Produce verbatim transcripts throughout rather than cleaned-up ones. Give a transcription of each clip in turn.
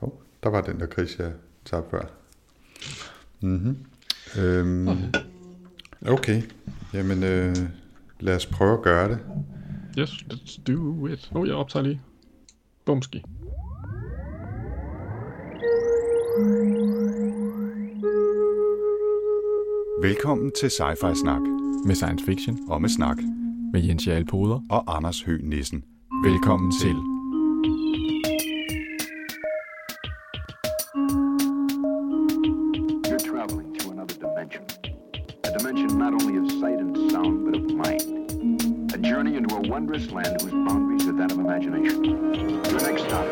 Oh, der var den der Chris, jeg tabte før. Mm-hmm. Øhm, okay, jamen øh, lad os prøve at gøre det. Yes, let's do it. Åh, oh, jeg optager lige. Bumski. Velkommen til Sci-Fi Snak. Med science fiction. Og med snak. Med Jens Jarl Poder. Og Anders Høgh Nissen. Velkommen til. You're traveling to another dimension. A dimension not only of sight and sound, but of mind. A journey into a wondrous land whose boundaries are that of imagination. Your next stop.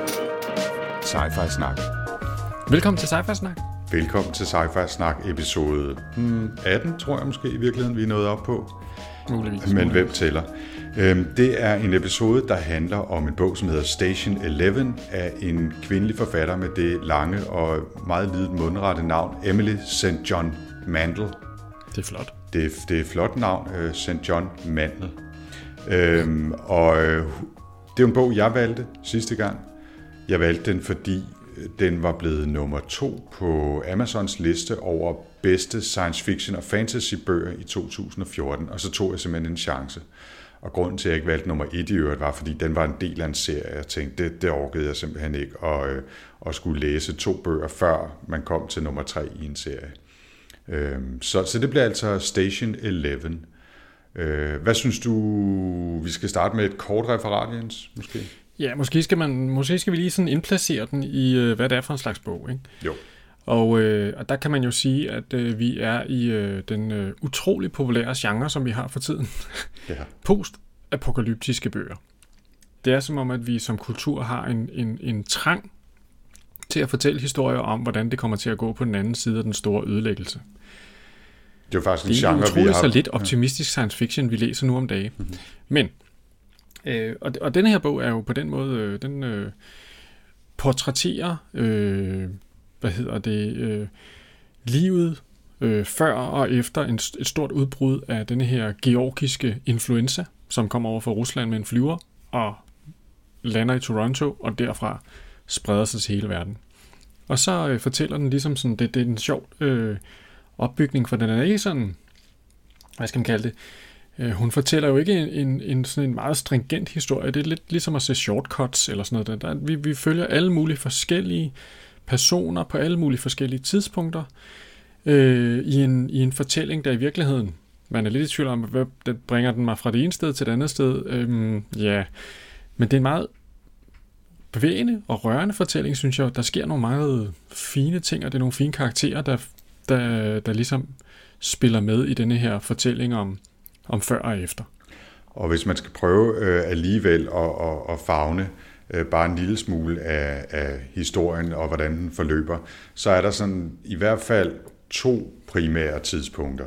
Sci-Fi Snak. Velkommen til Sci-Fi Snak. Velkommen til Sci-Fi Snak episode hmm, atten, tror jeg måske i virkeligheden, vi er nået op på. Muligvis. Men hvem tæller? Det er en episode, der handler om en bog, som hedder Station elleve, af en kvindelig forfatter med det lange og meget lidet mundrette navn, Emily Saint John Mandel. Det er flot. Det er, det er et flot navn, Saint John Mandel. Øhm, og det er jo en bog, jeg valgte sidste gang. Jeg valgte den, fordi den var blevet nummer to på Amazons liste over bedste science fiction og fantasy bøger i to tusind og fjorten, og så tog jeg simpelthen en chance. Og grunden til, at jeg ikke valgte nummer et i øvrigt, var, fordi den var en del af en serie. Jeg tænkte, det, det orkede jeg simpelthen ikke at, øh, at skulle læse to bøger, før man kom til nummer tre i en serie. Øh, så, så det bliver altså Station elleve. Øh, hvad synes du, vi skal starte med et kort referat, Jens, måske? Ja, måske skal, man, måske skal vi lige sådan indplacere den i, hvad det er for en slags bog, ikke? Jo. Og, øh, og der kan man jo sige, at øh, vi er i øh, den øh, utrolig populære genre, som vi har for tiden. Ja. Post-apokalyptiske bøger. Det er som om, at vi som kultur har en, en, en trang til at fortælle historier om, hvordan det kommer til at gå på den anden side af den store ødelæggelse. Det er jo faktisk en genre, vi har. Det er utroligt så lidt optimistisk science fiction, vi læser nu om dagen. Mm-hmm. Men, øh, og, og denne her bog er jo på den måde, øh, den øh, portrætterer... Øh, hvad hedder det, øh, livet øh, før og efter en, et stort udbrud af denne her georgiske influenza, som kommer over fra Rusland med en flyver og lander i Toronto, og derfra spreder sig til hele verden. Og så øh, fortæller den ligesom sådan, det, det er en sjov øh, opbygning, for den er ikke sådan, hvad skal man kalde det, øh, hun fortæller jo ikke en, en, en, sådan en meget stringent historie, det er lidt ligesom at se shortcuts eller sådan noget. Der, vi, vi følger alle mulige forskellige personer på alle mulige forskellige tidspunkter øh, i, en, i en fortælling, der i virkeligheden, man er lidt i tvivl om, hvad det bringer den mig fra det ene sted til det andet sted. Øhm, ja, men det er en meget bevægende og rørende fortælling, synes jeg. Der sker nogle meget fine ting, og det er nogle fine karakterer, der, der, der ligesom spiller med i denne her fortælling om, om før og efter. Og hvis man skal prøve øh, alligevel at, at, at favne bare en lille smule af, af historien og hvordan den forløber, så er der sådan i hvert fald to primære tidspunkter.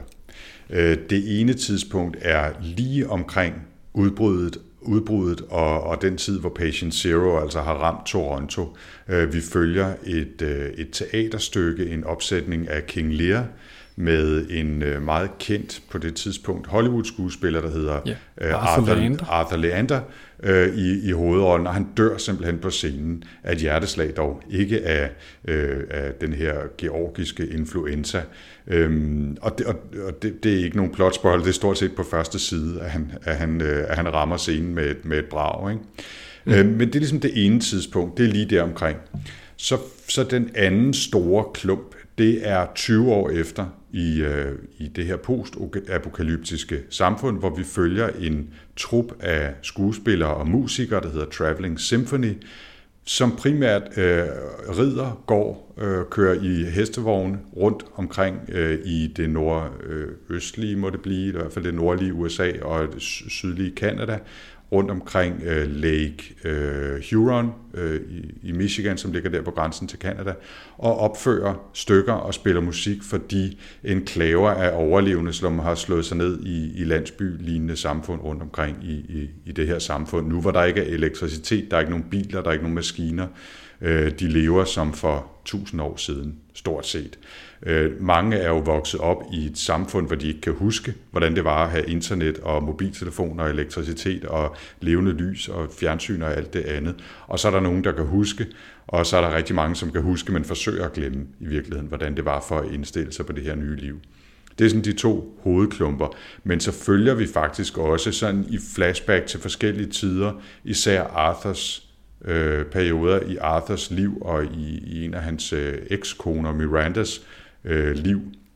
Det ene tidspunkt er lige omkring udbruddet, udbruddet og, og den tid, hvor Patient Zero altså har ramt Toronto. Vi følger et, et teaterstykke, en opsætning af King Lear, med en meget kendt på det tidspunkt Hollywood-skuespiller, der hedder yeah, Arthur, Arthur Leander, Arthur Leander øh, i, i hovedrollen, og han dør simpelthen på scenen af et hjerteslag, dog ikke af, øh, af den her georgiske influenza. Øhm, og det, og, og det, det er ikke nogen plot spoiler, det er stort set på første side, at han, at han, øh, at han rammer scenen med et, med et brag. Ikke? Mm. Øh, men det er ligesom det ene tidspunkt, det er lige der omkring. Så, så den anden store klump, det er tyve år efter i, øh, i det her post-apokalyptiske samfund, hvor vi følger en trup af skuespillere og musikere, der hedder Traveling Symphony, som primært øh, rider, går, øh, kører i hestevogne rundt omkring øh, i det nordøstlige, må det blive, i hvert fald det nordlige U S A og det sydlige Canada, rundt omkring øh, Lake øh, Huron øh, i, i Michigan, som ligger der på grænsen til Canada, og opfører stykker og spiller musik for de enklaver af overlevende, som har slået sig ned i, i landsby-lignende samfund rundt omkring i, i, i det her samfund. Nu hvor der ikke er elektricitet, der er ikke nogen biler, der er ikke nogen maskiner, øh, de lever som for tusind år siden, stort set. Øh, mange er jo vokset op i et samfund, hvor de ikke kan huske, hvordan det var at have internet og mobiltelefoner og elektricitet og levende lys og fjernsyn og alt det andet. Og så er der nogen, der kan huske, Og så er der rigtig mange, som kan huske, men forsøger at glemme i virkeligheden, hvordan det var for at indstille sig på det her nye liv. Det er sådan de to hovedklumper, men så følger vi faktisk også sådan i flashback til forskellige tider, især Arthurs øh, perioder i Arthurs liv og i, i en af hans øh, ekskoner, Mirandas øh, liv,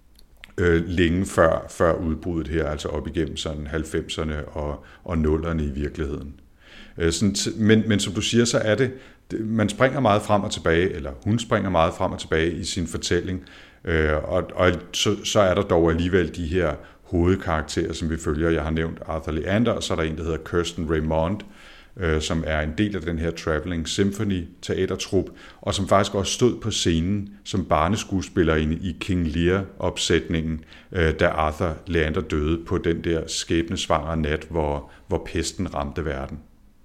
øh, længe før, før udbruddet her, altså op igennem sådan halvfemserne og, og nullerne i virkeligheden. Øh, sådan, men, men som du siger, så er det, man springer meget frem og tilbage, eller hun springer meget frem og tilbage i sin fortælling, øh, og, og så, så er der dog alligevel de her hovedkarakterer, som vi følger. Jeg har nævnt Arthur Leander, og så er der en, der hedder Kirsten Raymond, øh, som er en del af den her Traveling Symphony teatertrup, og som faktisk også stod på scenen som barneskuespillerinde i King Lear-opsætningen, øh, da Arthur Leander døde på den der skæbnesvangre nat, hvor, hvor pesten ramte verden.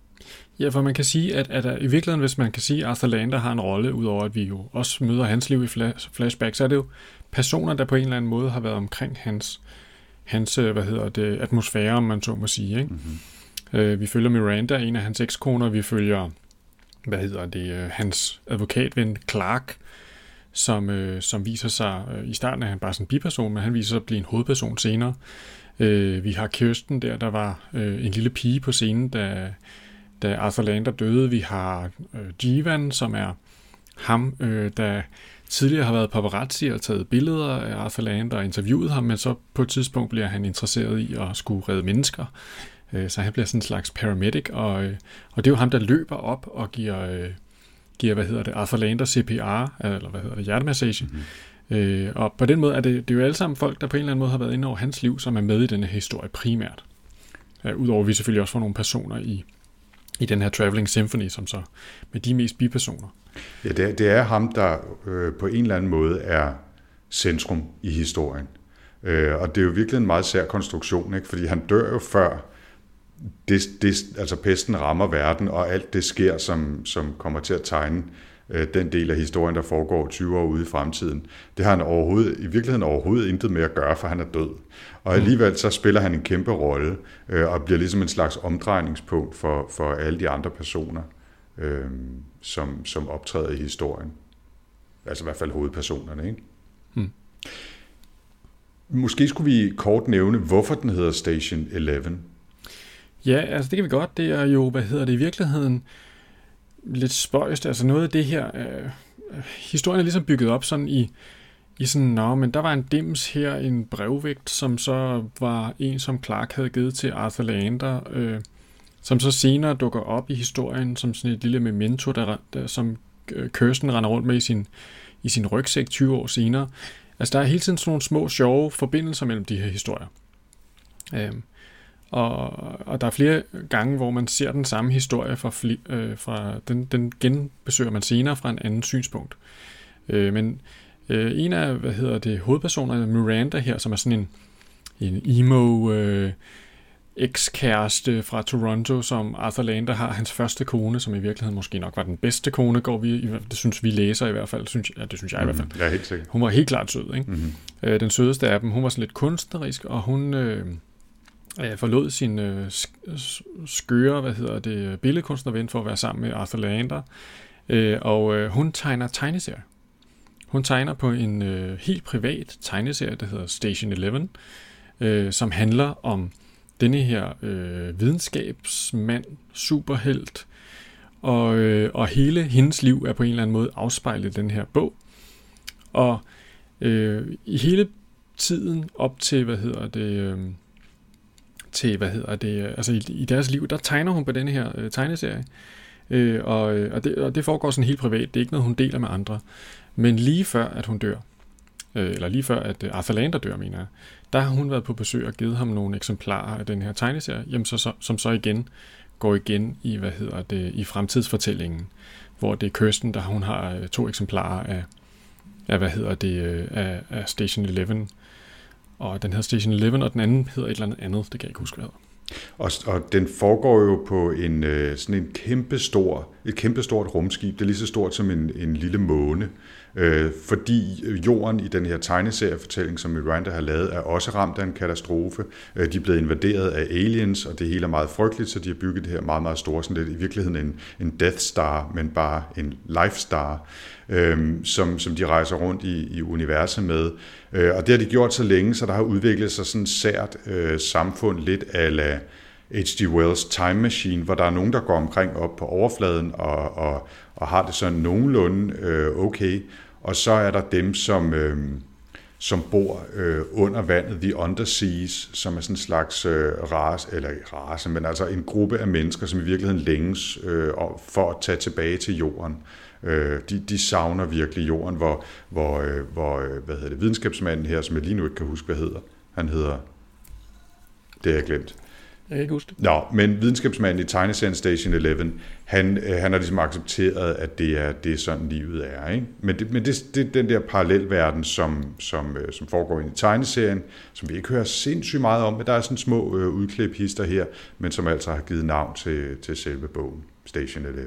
Ja, for man kan sige, at, at i virkeligheden, hvis man kan sige, at Arthur Leander har en rolle, udover at vi jo også møder hans liv i flashback, så er det jo personer, der på en eller anden måde har været omkring hans, hans hvad hedder det, atmosfære, om man så må sige. Ikke? Mm-hmm. Øh, vi følger Miranda, en af hans ekskoner, vi følger, hvad hedder det, hans advokatven Clark, som, øh, som viser sig, øh, i starten er han bare sådan en biperson, men han viser sig at blive en hovedperson senere. Øh, vi har Kirsten der, der var øh, en lille pige på scenen, da da Arthur Leander døde. Vi har øh, Jeevan, som er ham, øh, der tidligere har været paparazzi og taget billeder af Arthur Leander og interviewet ham, men så på et tidspunkt bliver han interesseret i at skulle redde mennesker. Øh, så han bliver sådan en slags paramedic, og, øh, og det er jo ham, der løber op og giver, øh, giver hvad hedder det, Arthur Leander C P R, eller hvad hedder det, hjertemassage. Mm-hmm. Øh, og på den måde er det, det er jo alle sammen folk, der på en eller anden måde har været inde over hans liv, som er med i denne historie primært. Øh, Udover vi selvfølgelig også får nogle personer i i den her Traveling Symphony, som så med de mest bipersoner. Ja, det er, det er ham, der øh, på en eller anden måde er centrum i historien. Øh, og det er jo virkelig en meget sær konstruktion, ikke? Fordi han dør jo før det, det, altså pesten rammer verden, og alt det sker, som, som kommer til at tegne øh, den del af historien, der foregår tyve år ude i fremtiden. Det har han overhovedet, i virkeligheden overhovedet intet med at gøre, for han er død. Og alligevel så spiller han en kæmpe rolle, øh, og bliver ligesom en slags omdrejningspunkt for, for alle de andre personer, øh, som, som optræder i historien. Altså i hvert fald hovedpersonerne, ikke? Hmm. Måske skulle vi kort nævne, hvorfor den hedder Station elleve. Ja, altså det kan vi godt. Det er jo, hvad hedder det i virkeligheden, lidt spøjst. Altså noget af det her, øh, historien er ligesom bygget op sådan i, i sådan, nå, men der var en dims her, en brevvægt, som så var en, som Clark havde givet til Arthur Leander, øh, som så senere dukker op i historien som sådan et lille memento, der, der, som Kirsten render rundt med i sin, i sin rygsæk tyve år senere. Altså der er hele tiden sådan nogle små, sjove forbindelser mellem de her historier. Øh, og, og der er flere gange, hvor man ser den samme historie fra, fli, øh, fra den, den genbesøger man senere fra en anden synspunkt. Øh, men øh, en af, hvad hedder det, hovedpersonerne, Miranda her, som er sådan en, en emo øh, ekskæreste fra Toronto, som Arthur Leander har, hans første kone, som i virkeligheden måske nok var den bedste kone, går vi, det synes vi læser i hvert fald, synes, ja, det synes jeg mm, i hvert fald. Jeg er helt sikker. Hun var helt klart sød, ikke? Mm-hmm. Øh, den sødeste af dem, hun var sådan lidt kunstnerisk, og hun øh, forlod sin øh, skøre, hvad hedder det, billedkunstnerven for at være sammen med Arthur Leander, øh, og øh, hun tegner tegneserier. Hun tegner på en øh, helt privat tegneserie, der hedder Station elleve, øh, som handler om denne her øh, videnskabsmand, superhelt, og, øh, og hele hendes liv er på en eller anden måde afspejlet i den her bog. Og øh, i hele tiden op til, hvad hedder det, øh, til, hvad hedder det, altså i, i deres liv, der tegner hun på denne her øh, tegneserie. Øh, og, og, det, og det foregår sådan helt privat, det er ikke noget, hun deler med andre. Men lige før, at hun dør, øh, eller lige før, at Arthur Leander dør, mener jeg, der har hun været på besøg og givet ham nogle eksemplarer af den her tegneserie, jamen så, så, som så igen går igen i, hvad hedder det, i fremtidsfortællingen, hvor det er Kirsten, der hun har to eksemplarer af, af hvad hedder det, af, af Station elleve, og den hedder Station elleve, og den anden hedder et eller andet andet, det kan jeg ikke huske, hvad Og, og den foregår jo på en sådan en kæmpestor, et kæmpestort rumskib. Det er lige så stort som en, en lille måne. Øh, fordi jorden i den her tegneseriefortælling, som Miranda har lavet, er også ramt af en katastrofe. Øh, de er blevet invaderet af aliens, og det hele er meget frygteligt, så de har bygget det her meget, meget store, sådan lidt i virkeligheden en, en Death Star, men bare en Life Star, øh, som, som de rejser rundt i, i universet med. Øh, og det har de gjort så længe, så der har udviklet sig sådan et sært øh, samfund, lidt a la H G Wells Time Machine, hvor der er nogen, der går omkring op på overfladen og, og, og har det sådan nogenlunde øh, okay. Og så er der dem, som, øh, som bor øh, under vandet, The Underseas, som er sådan en slags øh, race, eller race, men altså en gruppe af mennesker, som i virkeligheden længes øh, for at tage tilbage til jorden. Øh, de, de savner virkelig jorden, hvor, hvor, øh, hvor hvad hedder det, videnskabsmanden her, som jeg lige nu ikke kan huske, hvad hedder, han hedder, det har jeg glemt. Jeg kan ikke huske det. Nå, men videnskabsmanden i tegneserien Station elleve, han, han har ligesom accepteret, at det er, det er sådan, livet er. Ikke? Men, det, men det, det er den der parallelverden, som, som, som foregår ind i tegneserien, som vi ikke hører sindssygt meget om, men der er sådan små øh, udkliphister her, men som altså har givet navn til, til selve bogen, Station elleve.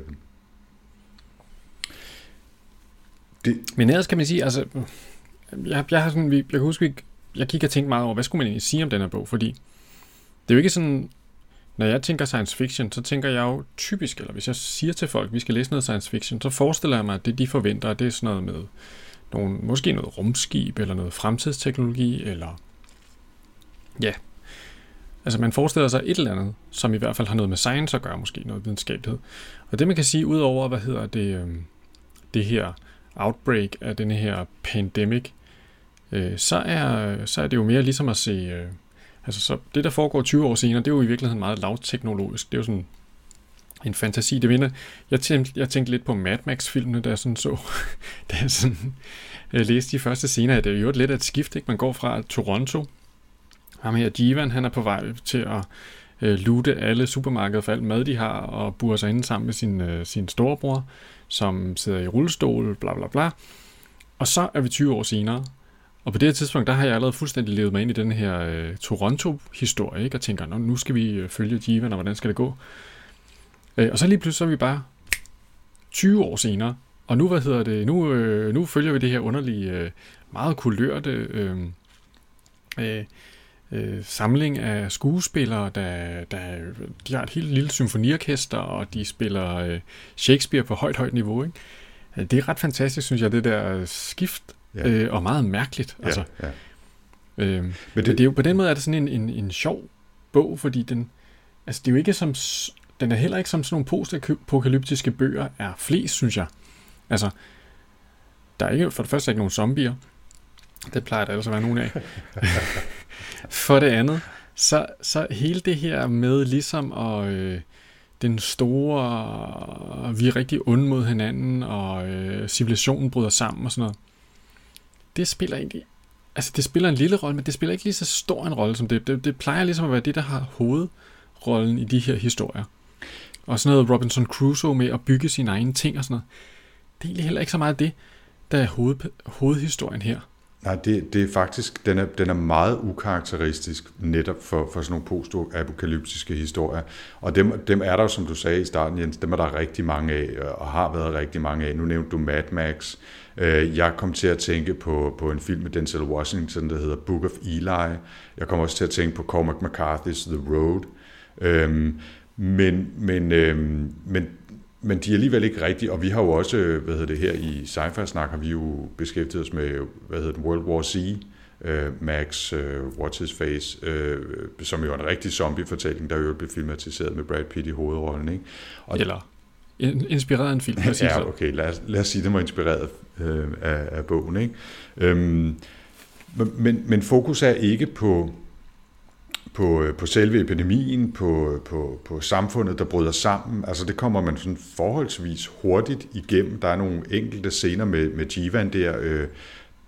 Det... Men ellers kan man sige, altså, jeg, jeg har sådan, jeg kan huske, jeg gik og tænkte meget over, hvad skulle man egentlig sige om den her bog, fordi det er jo ikke sådan, når jeg tænker science fiction, så tænker jeg jo typisk, eller hvis jeg siger til folk, vi skal læse noget science fiction, så forestiller jeg mig, at det de forventer, at det er sådan noget med nogle, måske noget rumskib, eller noget fremtidsteknologi, eller ja, altså man forestiller sig et eller andet, som i hvert fald har noget med science at gøre, måske noget videnskabelighed. Og det man kan sige, udover, hvad hedder det, det her outbreak af denne her pandemic, så er, så er det jo mere ligesom at se... Altså, så det, der foregår tyve år senere, det er jo i virkeligheden meget lavteknologisk. Det er jo sådan en fantasi. Det vinder. Jeg tænkte, jeg tænkte lidt på Mad Max-filmene, da jeg sådan så, da jeg sådan jeg læste de første scener. Det er jo lidt af et skift, ikke? Man går fra Toronto. Ham her, Jivan, han er på vej til at øh, loote alle supermarkeder for alt mad, de har, og burer sig inde sammen med sin, øh, sin storebror, som sidder i rullestol, bla bla bla. Og så er vi tyve år senere. Og på det her tidspunkt, der har jeg allerede fuldstændig levet mig ind i den her øh, Toronto-historie, ikke? Og tænker, Nå, nu skal vi øh, følge Jivan, og hvordan skal det gå? Øh, og så lige pludselig så er vi bare tyve år senere, og nu, hvad hedder det, nu, øh, nu følger vi det her underlige, øh, meget kulørte øh, øh, øh, samling af skuespillere, der, der de har et helt lille symfoniorkester, og de spiller øh, Shakespeare på højt, højt niveau, ikke? Det er ret fantastisk, synes jeg, det der skift. Ja. Øh, og meget mærkeligt. Altså. Ja, ja. Øh, men det, det er jo på den måde er det sådan en, en, en sjov bog, fordi den, altså det er jo ikke som, den er heller ikke som sådan nogle postapokalyptiske bøger er flest, synes jeg. Altså, der er ikke, for det første ikke nogen zombier. Det plejer der ellers at være nogen af. For det andet, så, så hele det her med ligesom at øh, den store, vi er rigtig onde mod hinanden, og øh, civilisationen bryder sammen og sådan noget. Det spiller egentlig, altså det spiller en lille rolle, men det spiller ikke lige så stor en rolle som det. Det, det plejer ligesom at være det, der har hovedrollen i de her historier. Og sådan noget Robinson Crusoe med at bygge sine egne ting og sådan noget. Det er egentlig heller ikke så meget det, der er hoved, hovedhistorien her. Nej, det, det er faktisk, den er, den er meget ukarakteristisk netop for, for sådan nogle post-apokalyptiske historier. Og dem, dem er der, som du sagde i starten, Jens, dem er der rigtig mange af, og har været rigtig mange af. Nu nævnte du Mad Max. Jeg kom til at tænke på, på en film med Denzel Washington, der hedder Book of Eli. Jeg kom også til at tænke på Cormac McCarthy's The Road. Men, men, men Men de er alligevel ikke rigtige, og vi har jo også, hvad hedder det her i Sci-Fi-snak, har vi jo beskæftiget os med, hvad hedder det, World War Z, uh, Max, uh, What's His Face, uh, som jo er en rigtig zombie-fortælling, der jo blev filmatiseret med Brad Pitt i hovedrollen, ikke? Og Eller inspireret af en film, præcis. Ja, okay, lad os, lad os sige, det var inspireret uh, af, af bogen, ikke? Um, men, men fokus er ikke på På, på selve epidemien, på, på, på samfundet, der bryder sammen. Altså det kommer man sådan forholdsvis hurtigt igennem. Der er nogle enkelte scener med, med Jivan der, øh,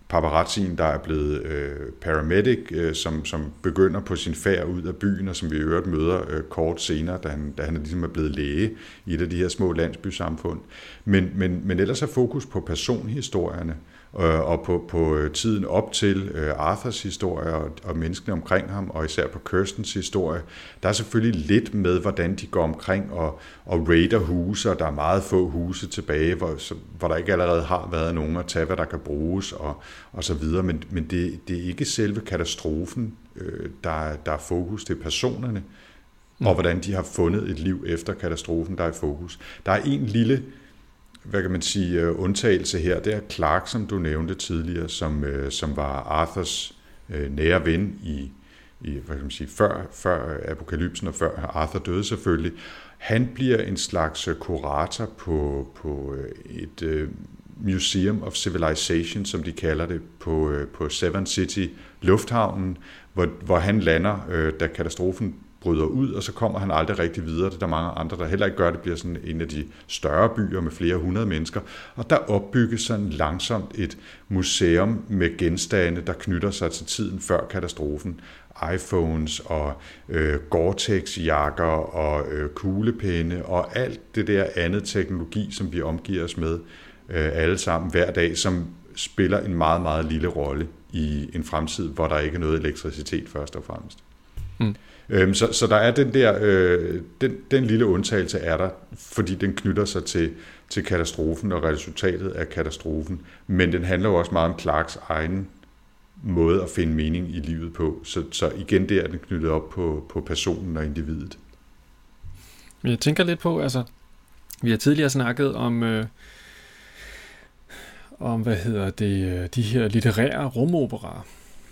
paparazzien, der er blevet øh, paramedic, øh, som, som begynder på sin færd ud af byen, og som vi i øvrigt møder øh, kort senere, da han, da han ligesom er blevet læge i et af de her små landsbysamfund. Men, men, men ellers er fokus på personhistorierne, øh, og på, på tiden op til øh, Arthurs historie, og, og menneskene omkring ham, og især på Kirstens historie. Der er selvfølgelig lidt med, hvordan de går omkring og, og raider huse, og der er meget få huse tilbage, hvor, så, hvor der ikke allerede har været nogen at tage, hvad der kan bruges, og, og så videre. Men, men det, det er ikke selve katastrofen, øh, der, der er fokus, det er personerne, mm. og hvordan de har fundet et liv efter katastrofen, der er i fokus. Der er en lille, hvad kan man sige, uh, undtagelse her, det er Clark, som du nævnte tidligere, som, uh, som var Arthurs uh, nære ven i, i hvad kan man sige, før, før apokalypsen og før Arthur døde selvfølgelig. Han bliver en slags kurator på, på et uh, Museum of Civilization, som de kalder det, på, uh, på Seven City lufthavnen, hvor, hvor han lander, uh, da katastrofen bryder ud, og så kommer han aldrig rigtig videre. Der er mange andre, der heller ikke gør det, bliver sådan en af de større byer med flere hundrede mennesker. Og der opbygges sådan langsomt et museum med genstande, der knytter sig til tiden før katastrofen. iPhones og øh, Gore-Tex-jakker og øh, kuglepenne og alt det der andet teknologi, som vi omgiver os med øh, alle sammen hver dag, som spiller en meget, meget lille rolle i en fremtid, hvor der ikke er noget elektricitet først og fremmest. Mm. Så, så der er den der, øh, den, den lille undtagelse er der, fordi den knytter sig til, til katastrofen og resultatet af katastrofen, men den handler jo også meget om Clarks egen måde at finde mening i livet på, så, så igen der er den knyttet op på, på personen og individet. Jeg tænker lidt på, altså, vi har tidligere snakket om, øh, om hvad hedder det, de her litterære rumoperaer,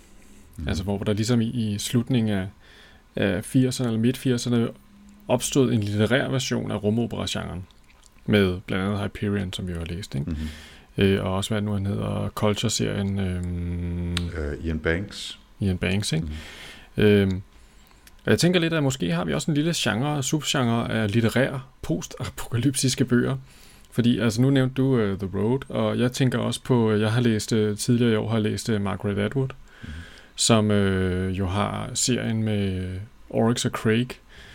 mm. altså hvor der ligesom i, i slutningen af af firserne eller midt firserne opstod en litterær version af rumopera-genren med blandt andet Hyperion, som vi jo har læst, ikke? Mm-hmm. Øh, og også hvad nu han hedder, Culture-serien øhm, uh, Ian Banks Ian Banks, ikke? Mm-hmm. øhm, og jeg tænker lidt, at måske har vi også en lille genre, subgenre af litterære post-apokalyptiske bøger, fordi altså nu nævnte du uh, The Road, og jeg tænker også på, jeg har læst uh, tidligere i år har læst uh, Margaret Atwood, mm-hmm. som øh, jo har serien med Oryx og Craig,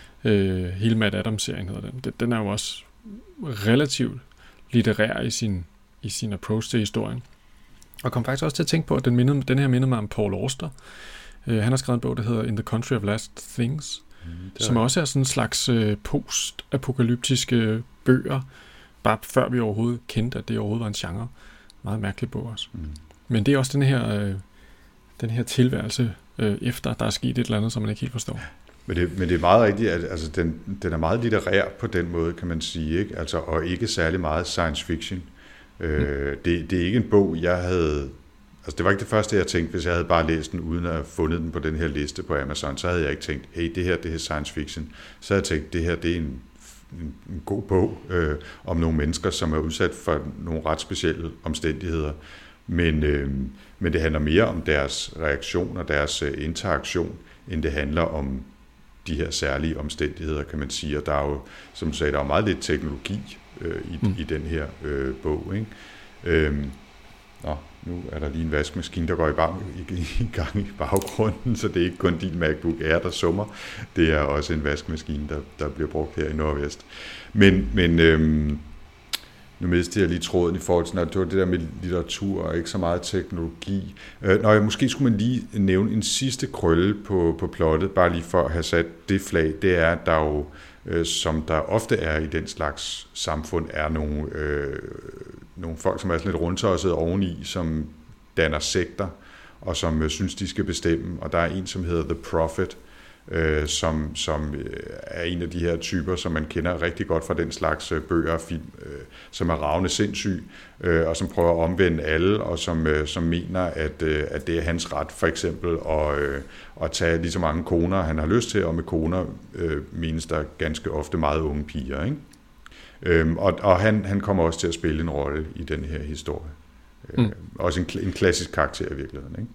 øh, hele Matt Adams-serien hedder den. Den er jo også relativt litterær i sin, i sin approach til historien. Og kom faktisk også til at tænke på, at den, mindede, den her minder mig om Paul Auster. Øh, han har skrevet en bog, der hedder In the Country of Last Things, mm, som er. også er sådan en slags øh, post-apokalyptiske bøger, bare før vi overhovedet kendte, at det overhovedet var en genre. Meget mærkelig bog også. Mm. Men det er også den her... Øh, den her tilværelse øh, efter, der er sket et eller andet, som man ikke helt forstår. Men det, men det er meget rigtigt, at altså, den, den er meget litterær på den måde, kan man sige, ikke? Altså, og ikke særlig meget science fiction. Øh, mm. det, det er ikke en bog, jeg havde... Altså, det var ikke det første, jeg tænkte, hvis jeg havde bare læst den, uden at have fundet den på den her liste på Amazon, så havde jeg ikke tænkt, hey, det her, det er science fiction. Så havde jeg tænkt, det her, det er en, en, en god bog øh, om nogle mennesker, som er udsat for nogle ret specielle omstændigheder. Men, øh, men det handler mere om deres reaktion og deres øh, interaktion, end det handler om de her særlige omstændigheder, kan man sige. Og der er jo, som du sagde, der er meget lidt teknologi øh, i, mm. i den her øh, bog, ikke? Øhm, nå, nu er der lige en vaskemaskine, der går i, bag, i, i gang i baggrunden, så det er ikke kun din MacBook Air, der summer. Det er også en vaskemaskine, der, der bliver brugt her i Nordvest. Men... men øhm, Nu mistede jeg lige tråden i forhold til, det var det der med litteratur og ikke så meget teknologi. Øh, Nå, måske skulle man lige nævne en sidste krølle på, på plottet, bare lige for at have sat det flag. Det er, at der jo, øh, som der ofte er i den slags samfund, er nogle, øh, nogle folk, som er sådan lidt rundtosset oveni, som danner sekter, og som øh, synes, de skal bestemme. Og der er en, som hedder The Prophet, Øh, som, som øh, er en af de her typer, som man kender rigtig godt fra den slags øh, bøger og film, øh, som er ravne sindssyg, øh, og som prøver at omvende alle, og som, øh, som mener, at, øh, at det er hans ret, for eksempel, at, øh, at tage lige så mange koner, han har lyst til, og med koner øh, menes der ganske ofte meget unge piger, ikke? Øh, og og han, han kommer også til at spille en rolle i den her historie. Øh, mm. Også en, en klassisk karakter i virkeligheden, ikke?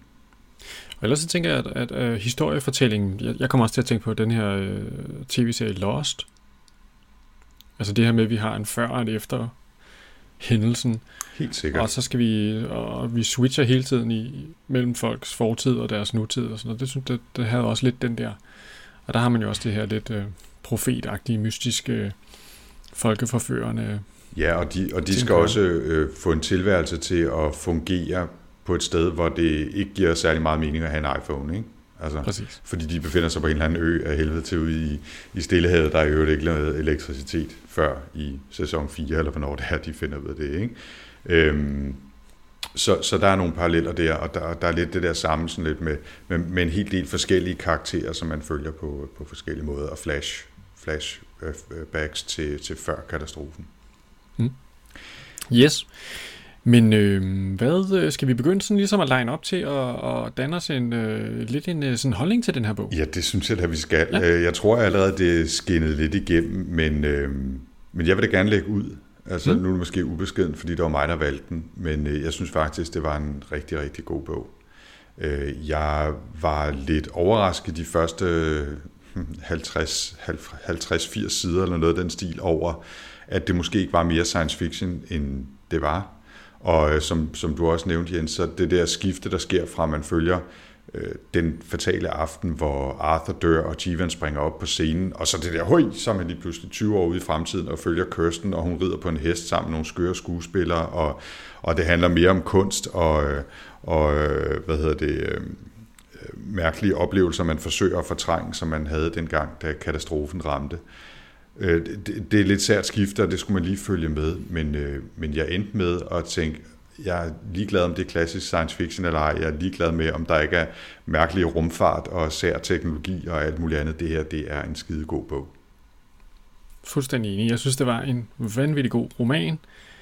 Og ellers så tænker jeg, at, at, at historiefortællingen, jeg, jeg kommer også til at tænke på den her øh, tv-serie Lost. Altså det her med, at vi har en før og en efter hændelsen. Helt sikkert. Og så skal vi, og vi switcher hele tiden i, mellem folks fortid og deres nutid og sådan noget. Det synes det, det havde også lidt den der. Og der har man jo også det her lidt øh, profetagtige, mystiske, folkeforførende. Ja, og de, og de skal også øh, få en tilværelse til at fungere på et sted, hvor det ikke giver særlig meget mening at have en iPhone, ikke? Altså, præcis. Fordi de befinder sig på en eller anden ø af helvede til ude i, i Stillehavet, der er jo ikke lavet elektricitet før i sæson fire, eller hvornår det er, de finder ud af det, ikke? Øhm, så, så der er nogle paralleller der, og der, der er lidt det der samme sådan lidt med, med, med en helt del forskellige karakterer, som man følger på, på forskellige måder, og flash, flashbacks til, til før katastrofen. Mm. Yes. Men øh, hvad skal vi begynde sådan ligesom at line op til at, at danne os en, øh, lidt en sådan holdning til den her bog? Ja, det synes jeg da, vi skal. Ja. Jeg tror allerede, det er skinnet lidt igennem, men, øh, men jeg vil da gerne lægge ud. Altså, mm. nu er det måske ubeskeden, fordi det var mig, der valgte den, men øh, jeg synes faktisk, det var en rigtig, rigtig god bog. Øh, jeg var lidt overrasket de første halvtreds til firs sider, eller noget af den stil, over, at det måske ikke var mere science fiction, end det var. Og øh, som, som du også nævnte, Jens, så det der skifte, der sker fra, man følger øh, den fatale aften, hvor Arthur dør, og Jeevan springer op på scenen, og så det der, høj, så er man lige pludselig tyve år ude i fremtiden, og følger Kirsten, og hun rider på en hest sammen med nogle skøre skuespillere, og, og det handler mere om kunst, og, og hvad hedder det, øh, mærkelige oplevelser, man forsøger at fortrænge, som man havde dengang, da katastrofen ramte. Det er lidt sært skifte, og det skulle man lige følge med, men, men jeg endte med at tænke, jeg er ligeglad om det er klassisk science fiction eller ej, jeg er ligeglad med, om der ikke er mærkelig rumfart og sær teknologi og alt muligt andet. Det her, det er en skidegod bog. Fuldstændig enig. Jeg synes, det var en vanvittig god roman,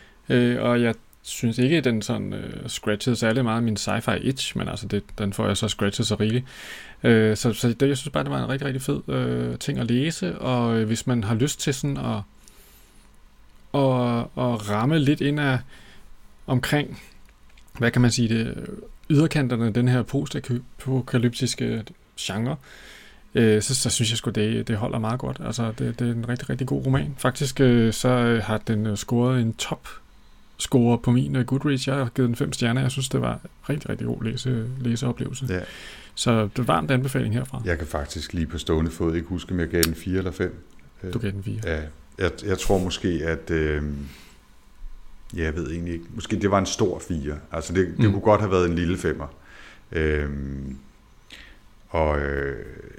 og jeg synes ikke, at den sådan uh, scratchede særlig meget min sci-fi itch, men altså det, den får jeg så scratchet så rigeligt. Uh, så så det, jeg synes bare, det var en rigtig, rigtig fed uh, ting at læse, og uh, hvis man har lyst til sådan at, at, at ramme lidt ind af omkring, hvad kan man sige, det yderkanterne af den her postapokalyptiske genre, uh, så, så synes jeg sgu, det, det holder meget godt. Altså det, det er en rigtig, rigtig god roman. Faktisk uh, så har den uh, scoret en top score på min Goodreads. Jeg har givet den fem stjerner. Jeg synes, det var en rigtig, rigtig god læse, læseoplevelse. Ja. Så det er varmt anbefaling herfra. Jeg kan faktisk lige på stående fod ikke huske, om jeg gav den fire eller fem. Du gav den fire. Ja, jeg, jeg tror måske, at øh, ja, jeg ved egentlig ikke. Måske det var en stor fire. Altså det, det mm. kunne godt have været en lille femmer. Øh, og øh,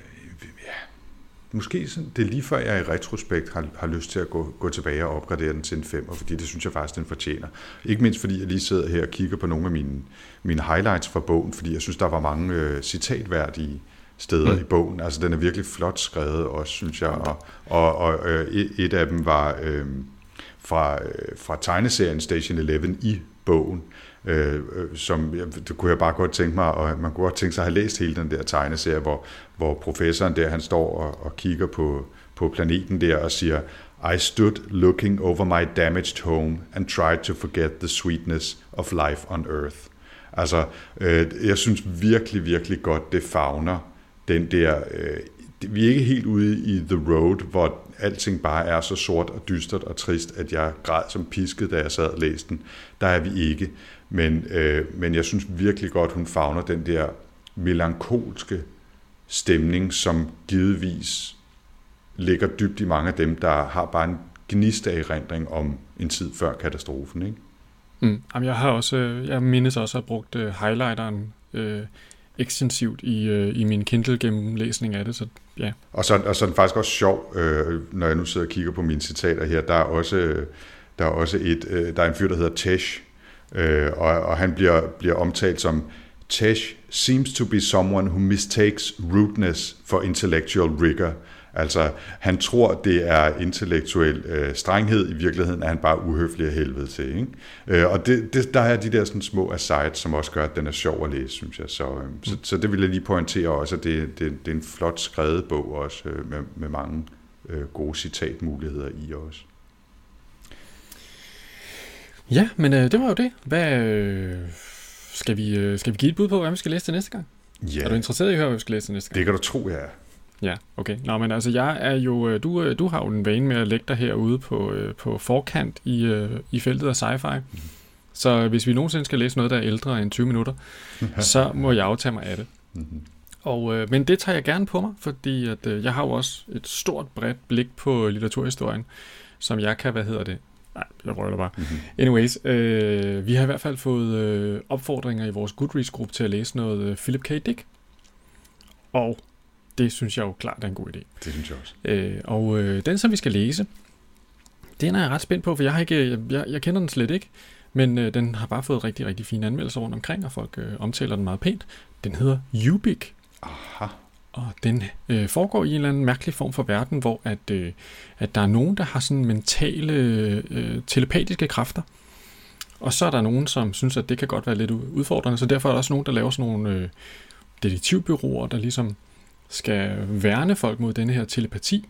måske sådan, det er lige før jeg i retrospekt har, har lyst til at gå, gå tilbage og opgradere den til en femmer, fordi det synes jeg faktisk, den fortjener. Ikke mindst fordi jeg lige sidder her og kigger på nogle af mine, mine highlights fra bogen, fordi jeg synes, der var mange øh, citatværdige steder mm. i bogen. Altså den er virkelig flot skrevet også, synes jeg. Og, og, og øh, et af dem var øh, fra, øh, fra tegneserien Station elleve i bogen, Øh, som det kunne jeg bare godt tænke mig, og man kunne godt tænke sig at have læst hele den der tegneserie, hvor, hvor professoren der, han står og, og kigger på, på planeten der og siger, I stood looking over my damaged home and tried to forget the sweetness of life on earth. Altså, øh, jeg synes virkelig, virkelig godt, det favner den der, øh, vi er ikke helt ude i The Road, hvor alting bare er så sort og dystert og trist, at jeg græd som pisket, da jeg sad og læste den. Der er vi ikke. Men, øh, men jeg synes virkelig godt, hun favner den der melankolske stemning, som givetvis ligger dybt i mange af dem, der har bare en gnist af erindring om en tid før katastrofen, ikke? Mm. Jamen, jeg har også, jeg mindes også at have brugt uh, highlighteren øh, ekstensivt i, øh, i min Kindle-gennemlæsning af det, så ja. Og så, og så er den faktisk også sjov, øh, når jeg nu sidder og kigger på mine citater her, der er også, der er også et, øh, der er en fyr, der hedder Tesh, øh, og, og han bliver, bliver omtalt som Tesh seems to be someone who mistakes rudeness for intellectual rigor. Altså, han tror, det er intellektuel øh, strenghed. I virkeligheden er han bare uhøflig af helvede til, ikke? Øh, og det, det, der er de der sådan små asides, som også gør, at den er sjov at læse, synes jeg. Så, øh, mm. så, så det vil jeg lige pointere også, at det, det, det er en flot skrevet bog også, øh, med, med mange øh, gode citatmuligheder i også. Ja, men øh, det var jo det. Hvad, øh, skal, vi, øh, skal vi give et bud på, hvad vi skal læse til næste gang? Ja. Er du interesseret i at høre, hvad vi skal læse til næste gang? Det kan du tro, jeg er. Ja, okay. Nå, men altså, jeg er jo, du, du har jo en vane med at lægge dig herude på, på forkant i, i feltet af sci-fi. Mm. Så hvis vi nogensinde skal læse noget, der er ældre end tyve minutter, så må jeg aftage mig af det. Mm-hmm. Og, øh, men det tager jeg gerne på mig, fordi at, øh, jeg har jo også et stort, bredt blik på litteraturhistorien, som jeg kan, hvad hedder det? Nej, jeg rører bare. Mm-hmm. Anyways, øh, vi har i hvert fald fået øh, opfordringer i vores Goodreads-gruppe til at læse noget øh, Philip K. Dick. Og det synes jeg jo klart er en god idé. Det synes jeg også. Øh, og øh, den, som vi skal læse, den er jeg ret spændt på, for jeg, har ikke, jeg, jeg kender den slet ikke, men øh, den har bare fået rigtig, rigtig fine anmeldelser rundt omkring, og folk øh, omtaler den meget pænt. Den hedder Ubik. Aha. Og den øh, foregår i en eller anden mærkelig form for verden, hvor at, øh, at der er nogen, der har sådan mentale, øh, telepatiske kræfter. Og så er der nogen, som synes, at det kan godt være lidt udfordrende, så derfor er der også nogen, der laver sådan nogle øh, detektivbureauer, der ligesom skal værne folk mod denne her telepati.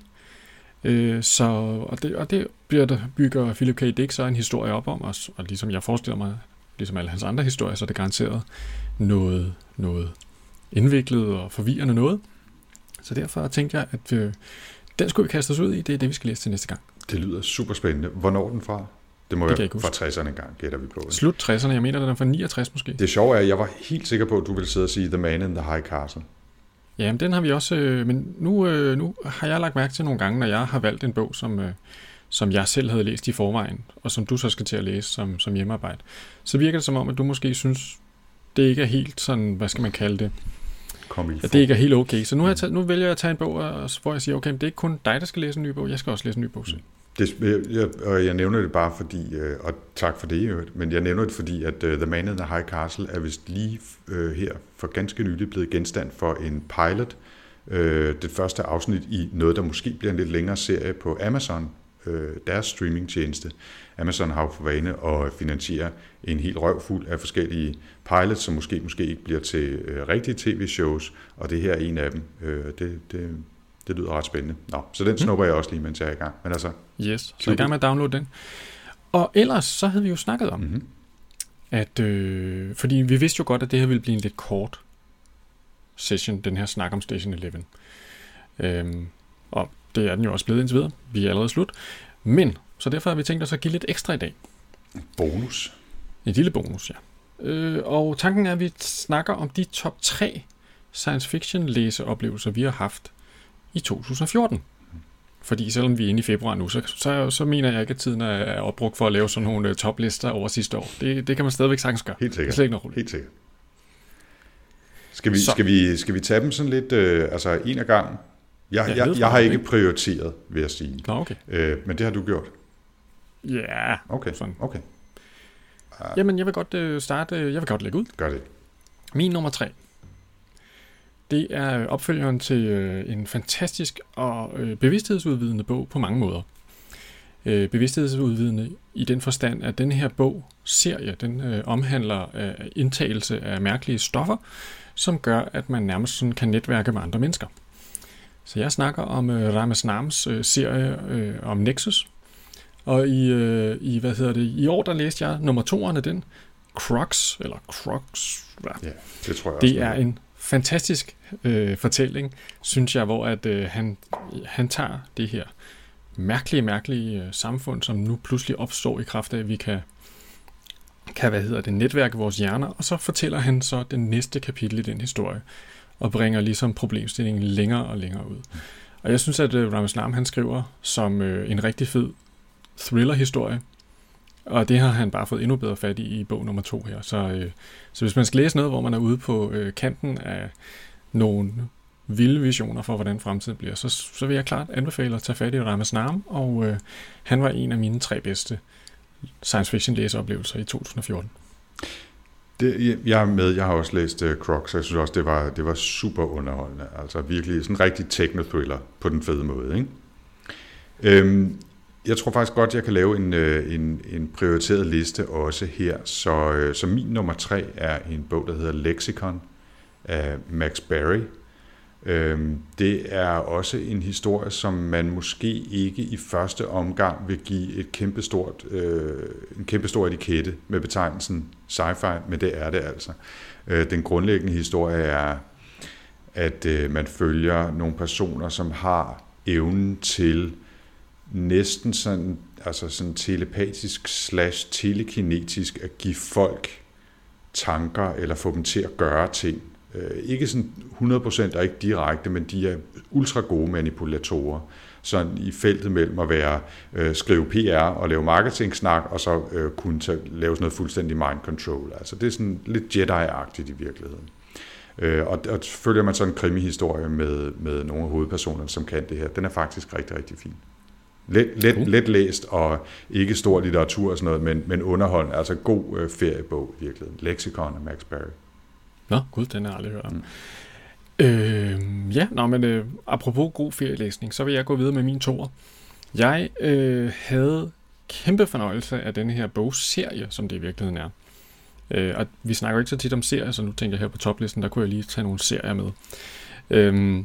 Øh, så, og, det, og det bliver der, bygger Philip K. Dick så en historie op om, og, og ligesom jeg forestiller mig, ligesom alle hans andre historier, så er det garanteret noget, noget indviklet og forvirrende noget. Så derfor tænkte jeg, at øh, den skulle vi kaste os ud i. Det er det, vi skal læse til næste gang. Det lyder super spændende. Hvornår er den fra? Det må det være fra tresserne en gang, gætter vi på. Slut tresserne, jeg mener, den er fra niogtres måske. Det sjove er, at jeg var helt sikker på, at du ville sidde og sige The Man in the High Castle. Ja, men den har vi også, øh, men nu, øh, nu har jeg lagt mærke til nogle gange, når jeg har valgt en bog, som, øh, som jeg selv havde læst i forvejen, og som du så skal til at læse som, som hjemmearbejde, så virker det som om, at du måske synes, det ikke er helt sådan, hvad skal man kalde det, at det ikke er helt okay. Så nu, har jeg taget, nu vælger jeg at tage en bog, hvor jeg siger, okay, det er ikke kun dig, der skal læse en ny bog, jeg skal også læse en ny bog selv. Det, jeg, og jeg nævner det bare fordi, og tak for det, men jeg nævner det fordi, at uh, The Man in the High Castle er vist lige uh, her for ganske nylig blevet genstand for en pilot. Uh, det første afsnit i noget, der måske bliver en lidt længere serie på Amazon, uh, deres streamingtjeneste. Amazon har jo for vane at finansiere en helt røvfuld af forskellige pilots, som måske måske ikke bliver til uh, rigtige tv-shows, og det her er en af dem. Uh, det, det Det lyder ret spændende. Nå, så den snupper jeg også lige, mens jeg er i gang. Men altså, yes, så er i gang med at downloade den. Og ellers, så havde vi jo snakket om, mm-hmm. at, øh, fordi vi vidste jo godt, at det her ville blive en lidt kort session, den her snak om Station elleve. Øhm, og det er den jo også blevet indtil videre. Vi er allerede slut. Men, så derfor har vi tænkt os at give lidt ekstra i dag. Bonus. En lille bonus, ja. Øh, og tanken er, at vi snakker om de top tre science fiction læseoplevelser, vi har haft i to tusind og fjorten. Fordi selvom vi er inde i februar nu, så, så, så mener jeg ikke, at tiden er opbrugt for at lave sådan nogle toplister over sidste år. Det, det kan man stadigvæk sagtens gøre. Helt sikkert. Det er slet ikke noget Helt sikkert. Skal vi, skal, vi, skal vi tage dem sådan lidt, øh, altså en af gangen? Jeg, jeg, jeg, jeg har ikke prioriteret, vil jeg sige. Nå, okay. Øh, men det har du gjort? Ja. Yeah, okay. Sådan. Okay. Uh, Jamen, jeg vil godt øh, starte, jeg vil godt lægge ud. Gør det. Min nummer tre. Det er opfølgeren til øh, en fantastisk og øh, bevidsthedsudvidende bog på mange måder. Øh, bevidsthedsudvidende i den forstand, at den her bog, serie, den øh, omhandler øh, indtagelse af mærkelige stoffer, som gør, at man nærmest sådan kan netværke med andre mennesker. Så jeg snakker om øh, Ramasnams øh, serie øh, om Nexus. Og i, øh, i, hvad hedder det, i år, der læste jeg nummer toeren af den, Crux, eller Crux. Ja, det tror jeg det også. Det er en fantastisk øh, fortælling, synes jeg, hvor at, øh, han, han tager det her mærkelige, mærkelige øh, samfund, som nu pludselig opstår i kraft af, at vi kan, kan hvad hedder det, netværke vores hjerner, og så fortæller han så den næste kapitel i den historie, og bringer ligesom problemstillingen længere og længere ud. Og jeg synes, at øh, Ramasnam, han skriver som øh, en rigtig fed thriller-historie, og det har han bare fået endnu bedre fat i i bog nummer to her. Så, øh, så hvis man skal læse noget, hvor man er ude på øh, kanten af nogle vilde visioner for, hvordan fremtiden bliver, så, så vil jeg klart anbefale at tage fat i Ramasnam, og øh, han var en af mine tre bedste science fiction læseoplevelser i to tusind og fjorten. Det, jeg er med, jeg har også læst uh, Crux, og jeg synes også, det var, det var super underholdende. Altså virkelig sådan en rigtig techno-thriller på den fede måde, ikke? Øhm, Jeg tror faktisk godt, jeg kan lave en, en, en prioriteret liste også her. Så, så min nummer tre er en bog, der hedder Lexicon af Max Barry. Det er også en historie, som man måske ikke i første omgang vil give et kæmpestort, en kæmpestor etikette med betegnelsen sci-fi, men det er det altså. Den grundlæggende historie er, at øh, man følger nogle personer, som har evnen til næsten sådan, altså sådan telepatisk slash telekinetisk at give folk tanker eller få dem til at gøre ting. Øh, ikke sådan hundrede procent og ikke direkte, men de er ultra gode manipulatorer. Sådan i feltet mellem at være øh, skrive P R og lave marketing-snak, og så øh, kunne tage, lave sådan noget fuldstændig mind control. Altså det er sådan lidt Jedi-agtigt i virkeligheden. Øh, og, og følger man sådan en krimihistorie med, med nogle af hovedpersonerne, som kan det her. Den er faktisk rigtig, rigtig fin. Let, let, uh. let læst og ikke stor litteratur og sådan noget, men, men underholdende. Altså god øh, feriebog i virkeligheden. Lexicon af Max Barry. Nå, gud, den har jeg aldrig hørt om. Mm. Øh, ja, nå, men øh, apropos god ferielæsning, så vil jeg gå videre med min toer. Jeg øh, havde kæmpe fornøjelse af denne her bogserie, som det i virkeligheden er. Øh, og vi snakker jo ikke så tit om serier, så nu tænker jeg her på toplisten, der kunne jeg lige tage nogle serier med. Øh,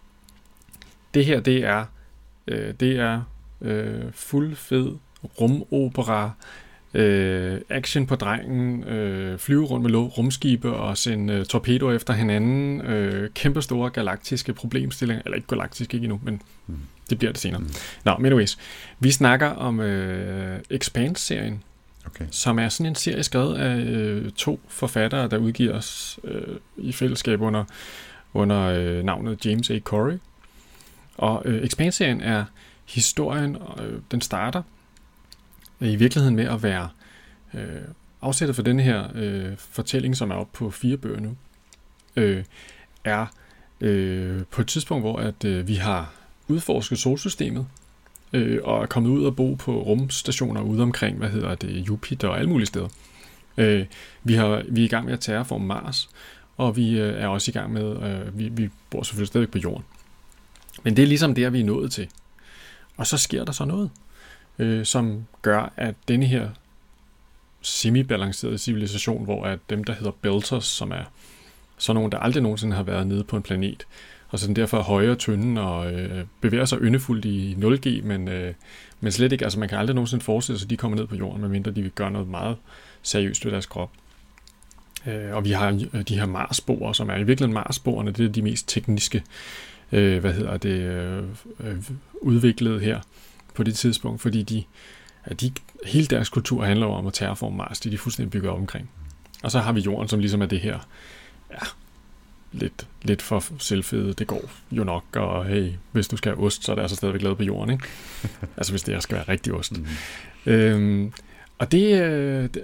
det her, det er øh, det er øh, fuld fed rumopera, Øh, action på drengen, øh, flyve rundt med rumskibe og sende øh, torpedoer efter hinanden, øh, kæmpe store galaktiske problemstillinger, eller ikke galaktiske ikke endnu, men mm. det bliver det senere. Mm. Nå, men anyways, vi snakker om øh, Expanse-serien, okay. som er sådan en serie skrevet af øh, to forfattere, der udgiver os øh, i fællesskab under, under øh, navnet James A. Corey. Og øh, Expanse-serien er historien, øh, den starter i virkeligheden med at være øh, afsættet for denne her øh, fortælling, som er oppe på fire bøger nu, øh, er øh, på et tidspunkt, hvor at, øh, vi har udforsket solsystemet øh, og er kommet ud og bo på rumstationer ude omkring, hvad hedder det, Jupiter og alle mulige steder. Øh, vi, har, vi er i gang med at terraforme Mars, og vi øh, er også i gang med, øh, vi, vi bor selvfølgelig stadig på jorden. Men det er ligesom der, vi er nået til. Og så sker der så noget, Øh, som gør, at denne her semi-balancerede civilisation, hvor at dem, der hedder Belters, som er sådan nogen, der aldrig nogensinde har været nede på en planet, og så derfor er høje og tynde og øh, bevæger sig yndefuldt i nul G, men, øh, men slet ikke, altså man kan aldrig nogensinde forestille sig, at de kommer ned på jorden, medmindre de vil gøre noget meget seriøst ved deres krop. Øh, og vi har de her Mars-boer, som er i virkeligheden Mars-boerne, det er de mest tekniske, øh, hvad hedder det, øh, øh, udviklede her på det tidspunkt, fordi de, at de, hele deres kultur handler om at terraforme Mars, de er fuldstændig bygget op omkring. Og så har vi jorden, som ligesom er det her, ja, lidt, lidt for selvfede, det går jo nok, og hey, hvis du skal have ost, så er det altså stadigvæk lavet på jorden, ikke? Altså hvis det her skal være rigtig ost. Mm-hmm. Øhm, og det, det,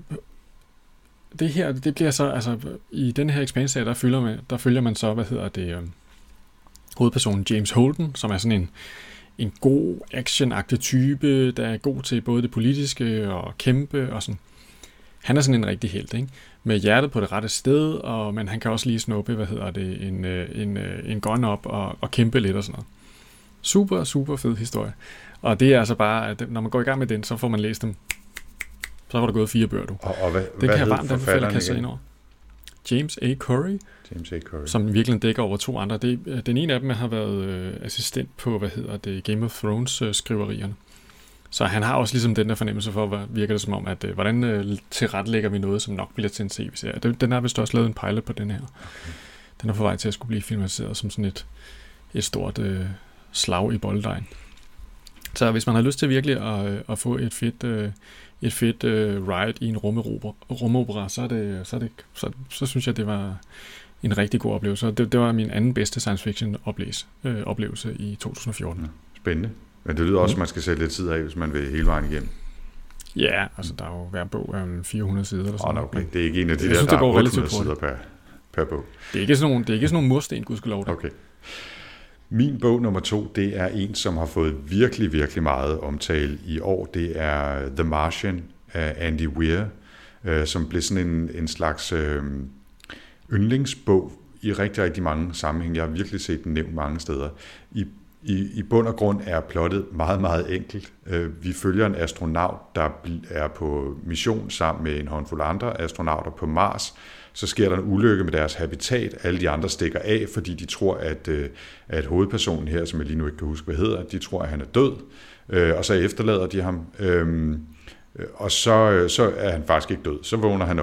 det her, det bliver så, altså i den her Expanse-serie, der følger man, der følger man så, hvad hedder det, øh, hovedpersonen James Holden, som er sådan en en god action-agtig type, der er god til både det politiske og kæmpe og sådan. Han er sådan en rigtig helt, ikke? Med hjertet på det rette sted, og men han kan også lige snuppe, hvad hedder det, en en en gun op og, og kæmpe lidt og sådan noget. Super super fed historie. Og det er altså bare, at når man går i gang med den, så får man læst dem. Så var der gået fire bøger, du. Og, og hvad, det hvad kan jeg varmt anbefale at kaste sig ind over. James A. Corey, James A. Corey, som virkelig dækker over to andre. Det, den ene af dem har været øh, assistent på, hvad hedder det, Game of Thrones øh, skriverierne. Så han har også ligesom den der fornemmelse for, hvad virker det som om, at øh, hvordan øh, tilrettelægger vi noget, som nok bliver til en tv-serie. Den, den har vist også lavet en pilot på den her. Okay. Den er på vej til at skulle blive filmatiseret som sådan et, et stort øh, slag i bolddejen. Så hvis man har lyst til virkelig at, at få et fedt, øh, et fedt øh, ride i en rumopera, så, er det, så, er det, så, så synes jeg, det var en rigtig god oplevelse. Det, det var min anden bedste science fiction oplevelse, øh, oplevelse i to tusind og fjorten. Ja, spændende. Men det lyder også, at man skal sætte lidt tid af, hvis man vil hele vejen igennem. Ja, altså der er jo hver bog um, fire hundrede sider eller sådan oh, okay. Det er ikke en af de jeg der, synes, der er otte hundrede sider per, per bog. Det er ikke sådan nogle, det er ikke sådan nogle mursten, gudskelov. Okay. Min bog nummer to, det er en, som har fået virkelig, virkelig meget omtale i år. Det er The Martian af Andy Weir, øh, som blev sådan en, en slags øh, yndlingsbog i rigtig, rigtig mange sammenhænge. Jeg har virkelig set den nævnt mange steder. I, i, i bund og grund er plottet meget, meget enkelt. Øh, vi følger en astronaut, der er på mission sammen med en håndfuld andre astronauter på Mars. Så sker der en ulykke med deres habitat. Alle de andre stikker af, fordi de tror, at, at hovedpersonen her, som jeg lige nu ikke kan huske, hvad hedder, de tror, at han er død. Og så efterlader de ham. Og så, så er han faktisk ikke død. Så vågner han op,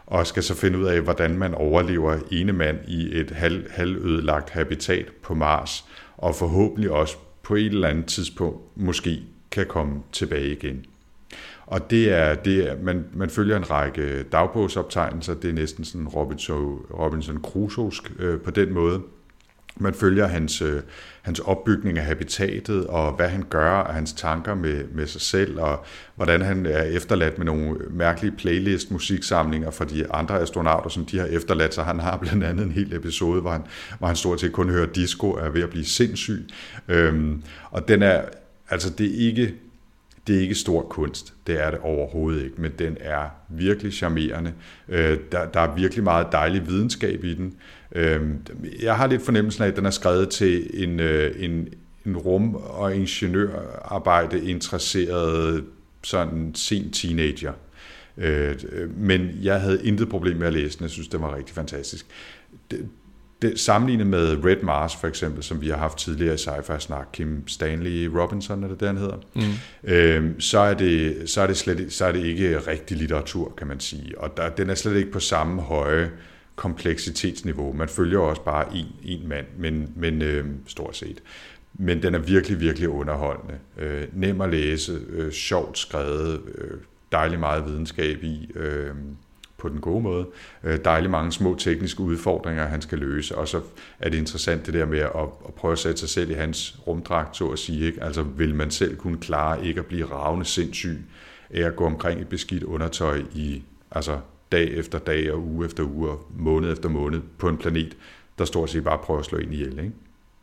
og skal så finde ud af, hvordan man overlever ene mand i et halv, halvødelagt habitat på Mars, og forhåbentlig også på et eller andet tidspunkt måske kan komme tilbage igen. Og det er, det er man, man følger en række dagbogsoptegnelser, det er næsten sådan Robinson, Robinson Crusoesk øh, på den måde. Man følger hans, øh, hans opbygning af habitatet, og hvad han gør, og hans tanker med, med sig selv, og hvordan han er efterladt med nogle mærkelige playlist-musiksamlinger fra de andre astronauter, som de har efterladt sig. Han har blandt andet en hel episode, hvor han, hvor han stort set kun hører disco, er ved at blive sindssyg. Øhm, og den er, altså det er ikke... Det er ikke stor kunst, det er det overhovedet ikke, men den er virkelig charmerende. Øh, der, der er virkelig meget dejlig videnskab i den. Øh, jeg har lidt fornemmelsen af, at den er skrevet til en, øh, en, en rum- og ingeniørarbejde interesseret sådan sen teenager. Øh, men jeg havde intet problem med at læse den, jeg synes, det var rigtig fantastisk. Det, Det, sammenlignet med Red Mars for eksempel, som vi har haft tidligere i Sci-Fi Snak, Kim Stanley Robinson, er det der, han hedder, mm. øhm, så, er det, så, er det slet, så er det ikke rigtig litteratur, kan man sige. Og der, den er slet ikke på samme høje kompleksitetsniveau. Man følger også bare en, en mand, men, men øhm, stort set. Men den er virkelig, virkelig underholdende. Øh, nem at læse, øh, sjovt skrevet, øh, dejligt meget videnskab i, øh, på den gode måde. Dejligt mange små tekniske udfordringer, han skal løse, og så er det interessant det der med at, at prøve at sætte sig selv i hans rumdragt, så at sige. Ikke? Altså vil man selv kunne klare ikke at blive ravende sindssyg af at gå omkring i beskidt undertøj i altså dag efter dag og uge efter uge og måned efter måned på en planet, der stort set bare prøver at slå ind ihjel, ikke?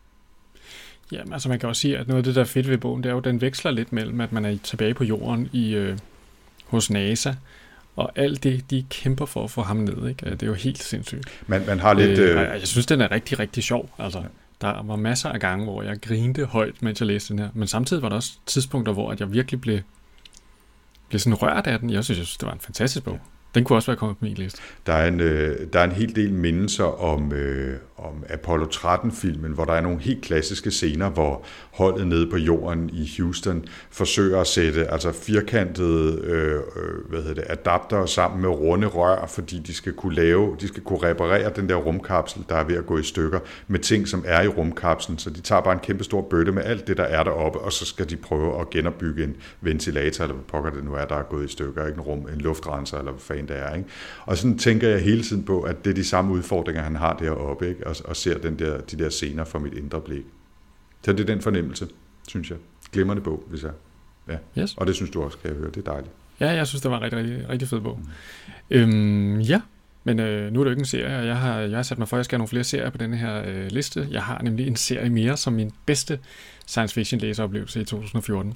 Jamen, altså man kan også sige, at noget af det, der er fedt ved bogen, det er jo, at den veksler lidt mellem, at man er tilbage på jorden i, øh, hos NASA, og alt det, de kæmper for at få ham ned, ikke? Det er jo helt sindssygt. Man, man har lidt... Øh, jeg synes, den er rigtig, rigtig sjov. Altså, ja. Der var masser af gange, hvor jeg grinte højt, mens jeg læste den her. Men samtidig var der også tidspunkter, hvor jeg virkelig blev, blev sådan rørt af den. Jeg synes, jeg synes, det var en fantastisk bog. Den kunne også være kommet på min liste. Der er en, øh, der er en hel del mindelser om, øh, om Apollo tretten-filmen, hvor der er nogle helt klassiske scener, hvor holdet nede på jorden i Houston forsøger at sætte altså firkantede øh, hvad hedder det, adapter sammen med runde rør, fordi de skal kunne lave, de skal kunne reparere den der rumkapsel, der er ved at gå i stykker, med ting, som er i rumkapslen. Så de tager bare en kæmpe stor bøtte med alt det, der er deroppe, og så skal de prøve at genopbygge en ventilator, eller hvad pokker det nu er, der er gået i stykker, ikke en rum, en luftrenser, eller hvad fanden det er, ikke? Og sådan tænker jeg hele tiden på, at det er de samme udfordringer, han har deroppe, ikke? Og, og ser den der, de der scener fra mit indre blik. Så det er den fornemmelse, synes jeg. Glimrende bog, hvis jeg... Ja. Yes. Og det synes du også, kan jeg høre. Det er dejligt. Ja, jeg synes, det var en rigtig, rigtig, rigtig fed bog. Mm. Øhm, ja, men øh, nu er det jo ikke en serie, og jeg har, jeg har sat mig for, at jeg skal have nogle flere serier på denne her øh, liste. Jeg har nemlig en serie mere som min bedste science fiction læseoplevelse i to tusind og fjorten.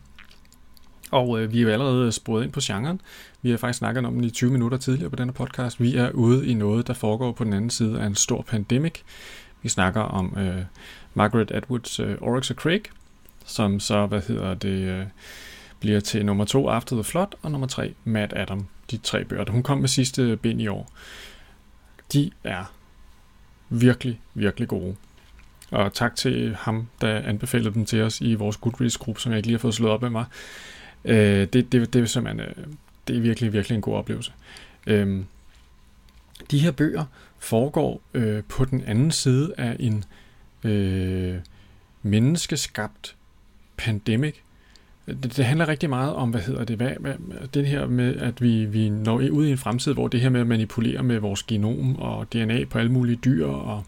Og øh, vi er jo allerede sporet ind på genren. Vi har faktisk snakket om den i tyve minutter tidligere på denne podcast. Vi er ude i noget, der foregår på den anden side af en stor pandemic. Vi snakker om øh, Margaret Atwoods øh, Oryx og Crake, som så, hvad hedder det, øh, bliver til nummer to After the Flood, og nummer tre Mad Adam, de tre bøger. Hun kom med sidste bind i år. De er virkelig, virkelig gode. Og tak til ham, der anbefalede dem til os i vores Goodreads-gruppe, som jeg ikke lige har fået slået op med mig. Øh, det, det, det, er simpelthen, det er virkelig, virkelig en god oplevelse. Øh, de her bøger foregår øh, på den anden side af en øh, menneskeskabt pandemic. Det, det handler rigtig meget om, hvad hedder det, hvad, hvad, det her med, at vi, vi når ud i en fremtid, hvor det her med at manipulere med vores genom og D N A på alle mulige dyr, og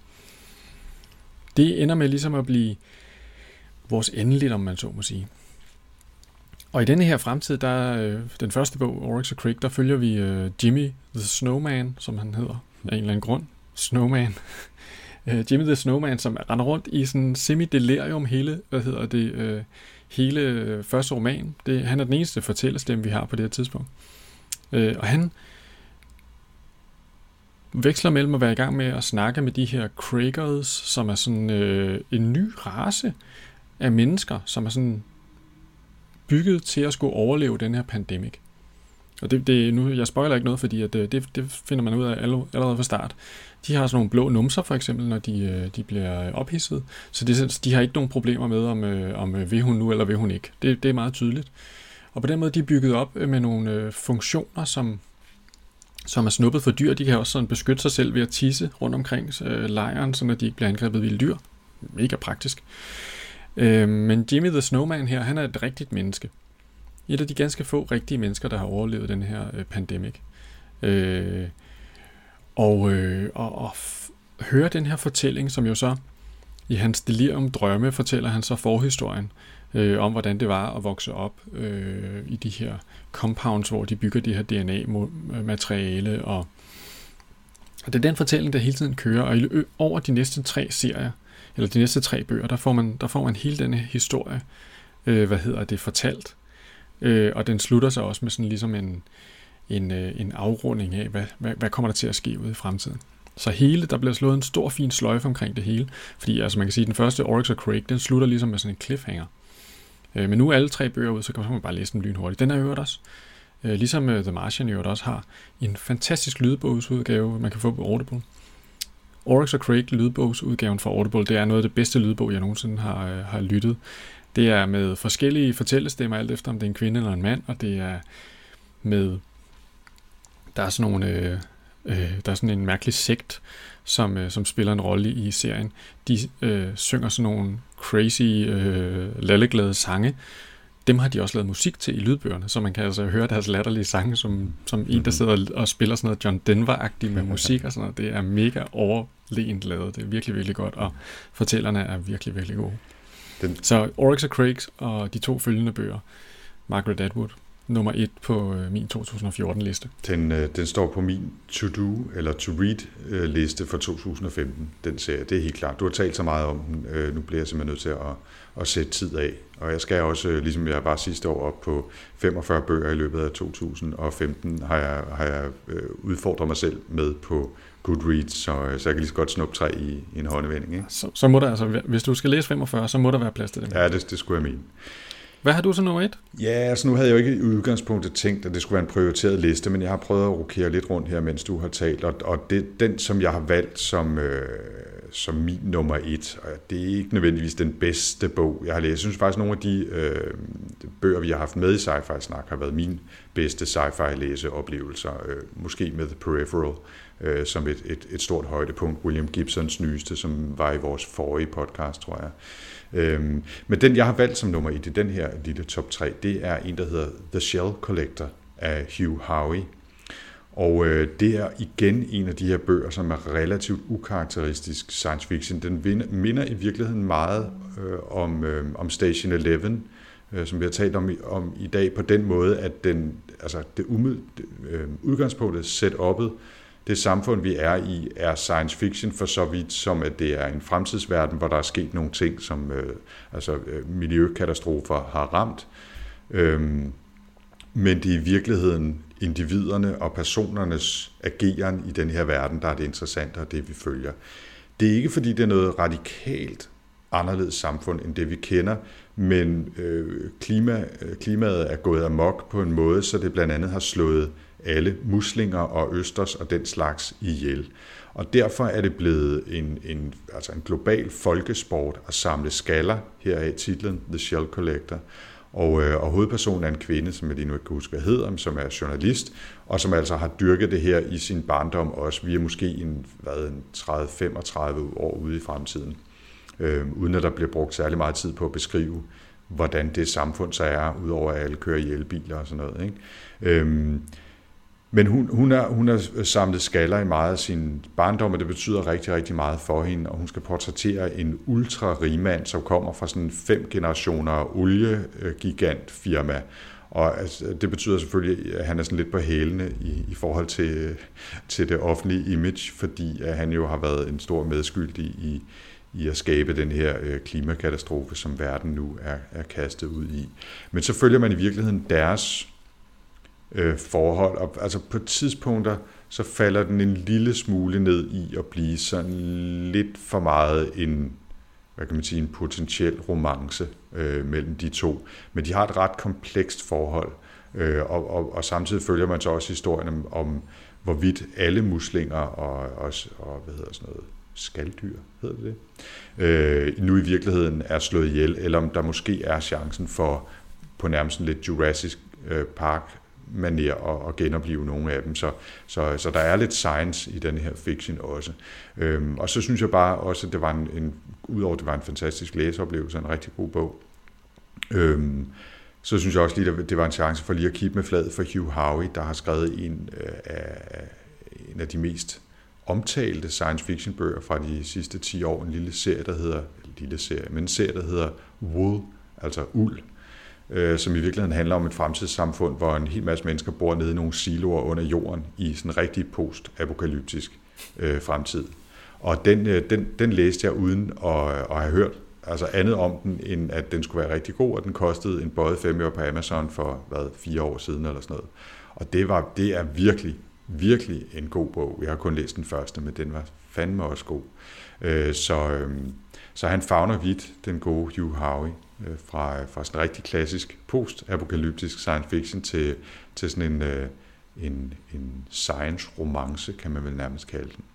det ender med ligesom at blive vores endeligt, om man så må sige. Og i denne her fremtid, der den første bog, Oryx og Crake, der følger vi uh, Jimmy the Snowman, som han hedder, af en eller anden grund. Snowman. uh, Jimmy the Snowman, som render rundt i sådan semi-delirium hele, hvad hedder det, uh, hele uh, første roman. Det, han er den eneste fortællerstemme, vi har på det her tidspunkt. Uh, og han veksler mellem at være i gang med at snakke med de her Krakers, som er sådan uh, en ny race af mennesker, som er sådan bygget til at skulle overleve den her pandemic. Og det, det nu, jeg spoiler ikke noget, fordi at det, det finder man ud af allerede fra start. De har sådan nogle blå numser, for eksempel, når de, de bliver ophidset. Så det, de har ikke nogen problemer med, om, om vil hun nu, eller vil hun ikke. Det, det er meget tydeligt. Og på den måde, de er bygget op med nogle funktioner, som, som er snuppet for dyr. De kan også sådan beskytte sig selv ved at tisse rundt omkring øh, lejren, så de ikke bliver angrebet af vilde dyr. Mega praktisk. Øh, men Jimmy the Snowman her, han er et rigtigt menneske. Et af de ganske få rigtige mennesker, der har overlevet den her øh, pandemic. Øh, og, øh, og, og f- høre den her fortælling, som jo så i hans delirium drømme fortæller han så forhistorien øh, om, hvordan det var at vokse op øh, i de her compounds, hvor de bygger de her D N A-materiale. Og, og det er den fortælling, der hele tiden kører. Og i, over de næste tre serier, eller de næste tre bøger, der får man, der får man hele denne historie, øh, hvad hedder det, fortalt. Øh, og den slutter sig også med sådan ligesom en, en, øh, en afrunding af, hvad, hvad, hvad kommer der til at ske ude i fremtiden. Så hele, der bliver slået en stor, fin sløjfe omkring det hele. Fordi altså man kan sige, at den første Oryx og Crake, den slutter ligesom med sådan en cliffhanger. Øh, men nu er alle tre bøger ud, så kan man bare læse dem lynhurtigt. Den er øvrigt også, øh, ligesom uh, The Martian øvrigt også har, en fantastisk lydbogsudgave, man kan få på Audible. Oryx og Crake, lydbogsudgaven fra Audible, det er noget af det bedste lydbog, jeg nogensinde har, øh, har lyttet. Det er med forskellige fortællestemmer, alt efter om det er en kvinde eller en mand, og det er med, der er sådan nogle, øh, øh, der er sådan en mærkelig sekt, som, øh, som spiller en rolle i serien. De øh, synger sådan nogle crazy, øh, lalleglade sange. Dem har de også lavet musik til i lydbøgerne, så man kan altså høre deres latterlige sange, som, som en, der sidder og spiller sådan noget John Denver-agtigt med musik og sådan noget. Det er mega overlegent lavet. Det er virkelig, virkelig godt, og fortællerne er virkelig, virkelig gode. Den... Så Oryx og Crake og de to følgende bøger, Margaret Atwood, nummer et på øh, min to tusind og fjorten liste. Den, øh, den står på min to-do eller to-read øh, liste for to tusind og femten, den serie. Det er helt klart. Du har talt så meget om den. Øh, nu bliver jeg simpelthen nødt til at, at sætte tid af. Og jeg skal også, øh, ligesom jeg var sidste år, op på femogfyrre bøger i løbet af to tusind og femten, har jeg, har jeg øh, udfordret mig selv med på Goodreads, så, så jeg kan lige så godt snuppe tre i, i en håndevending. Ikke? Så, så må der altså, hvis du skal læse femogfyrre, så må der være plads til dem. Ja, det, det skulle jeg mene. Hvad har du så nummer et? Ja, altså nu havde jeg jo ikke i udgangspunktet tænkt, at det skulle være en prioriteret liste, men jeg har prøvet at rokere lidt rundt her, mens du har talt, og, og det, den, som jeg har valgt som, øh, som min nummer et, og det er ikke nødvendigvis den bedste bog, jeg har læst. Jeg synes faktisk, at nogle af de øh, bøger, vi har haft med i Sci-Fi Snak, har været min bedste sci-fi læseoplevelser, øh, måske med The Peripheral, øh, som et, et, et stort højdepunkt, William Gibsons nyeste, som var i vores forrige podcast, tror jeg. Øhm, men den, jeg har valgt som nummer et i den her lille top tre, det er en, der hedder The Shell Collector af Hugh Howey. Og øh, det er igen en af de her bøger, som er relativt ukarakteristisk science fiction. Den vinder, minder i virkeligheden meget øh, om, øh, om Station elleve, øh, som vi har talt om i, om i dag, på den måde, at den, altså det umid, øh, udgangspunktet, setup'et, det samfund, vi er i, er science fiction for så vidt, som at det er en fremtidsverden, hvor der er sket nogle ting, som øh, altså, øh, miljøkatastrofer har ramt. Øhm, men det er i virkeligheden individerne og personernes ageren i den her verden, der er det interessante, og det vi følger. Det er ikke, fordi det er noget radikalt anderledes samfund, end det vi kender, men øh, klima, klimaet er gået amok på en måde, så det blandt andet har slået alle muslinger og østers og den slags ihjel. Og derfor er det blevet en, en, altså en global folkesport at samle skaller, her er titlen The Shell Collector. Og, øh, og hovedpersonen er en kvinde, som jeg lige nu ikke kan huske, hvad hedder, som er journalist, og som altså har dyrket det her i sin barndom også. Vi er måske en, hvad, en tredive til femogtredive år ude i fremtiden, øh, uden at der bliver brugt særlig meget tid på at beskrive, hvordan det samfund så er, udover at alle kører i elbiler og sådan noget. Ikke? Øhm, Men hun, hun, er, hun er samlet skaller i meget af sin barndom, og det betyder rigtig, rigtig meget for hende, og hun skal portrættere en ultra-rigmand, som kommer fra sådan fem generationer oliegigantfirma, og altså, det betyder selvfølgelig, at han er sådan lidt på hælene i, i forhold til, til det offentlige image, fordi at han jo har været en stor medskyldig i, i at skabe den her øh, klimakatastrofe, som verden nu er, er kastet ud i. Men så følger man i virkeligheden deres forhold, og altså på tidspunkter, så falder den en lille smule ned i at blive sådan lidt for meget en, hvad kan man sige, en potentiel romance øh, mellem de to. Men de har et ret komplekst forhold, øh, og, og, og samtidig følger man så også historien om, om hvorvidt alle muslinger og, og, og hvad hedder sådan noget, skalddyr, hedder det det, øh, nu i virkeligheden er slået ihjel, eller om der måske er chancen for på nærmest lidt Jurassic Park manér at, at genopleve nogle af dem. Så, så, så der er lidt science i den her fiction også. Øhm, og så synes jeg bare også, at det var en, en udover det var en fantastisk læseoplevelse, en rigtig god bog. Øhm, så synes jeg også lige, at det var en chance for lige at kigge med fladet for Hugh Howey, der har skrevet en af, en af de mest omtalte science fiction bøger fra de sidste ti år, en lille serie, der hedder, lille serie, men en serie, der hedder Wool, altså uld, øh, som i virkeligheden handler om et fremtidssamfund, hvor en hel masse mennesker bor nede i nogle siloer under jorden i sådan en rigtig post-apokalyptisk øh, fremtid. Og den, øh, den, den læste jeg uden at, at have hørt altså andet om den, end at den skulle være rigtig god, og den kostede en bøjet fem øre på Amazon for, hvad, fire år siden eller sådan noget. Og det, var, det er virkelig, virkelig en god bog. Jeg har kun læst den første, men den var fandme også god. Øh, så, øh, så han favner vidt, den gode Hugh Howey, øh, fra, fra sådan en rigtig klassisk post-apokalyptisk science fiction til, til sådan en, øh, en, en science-romance, kan man vel nærmest kalde den.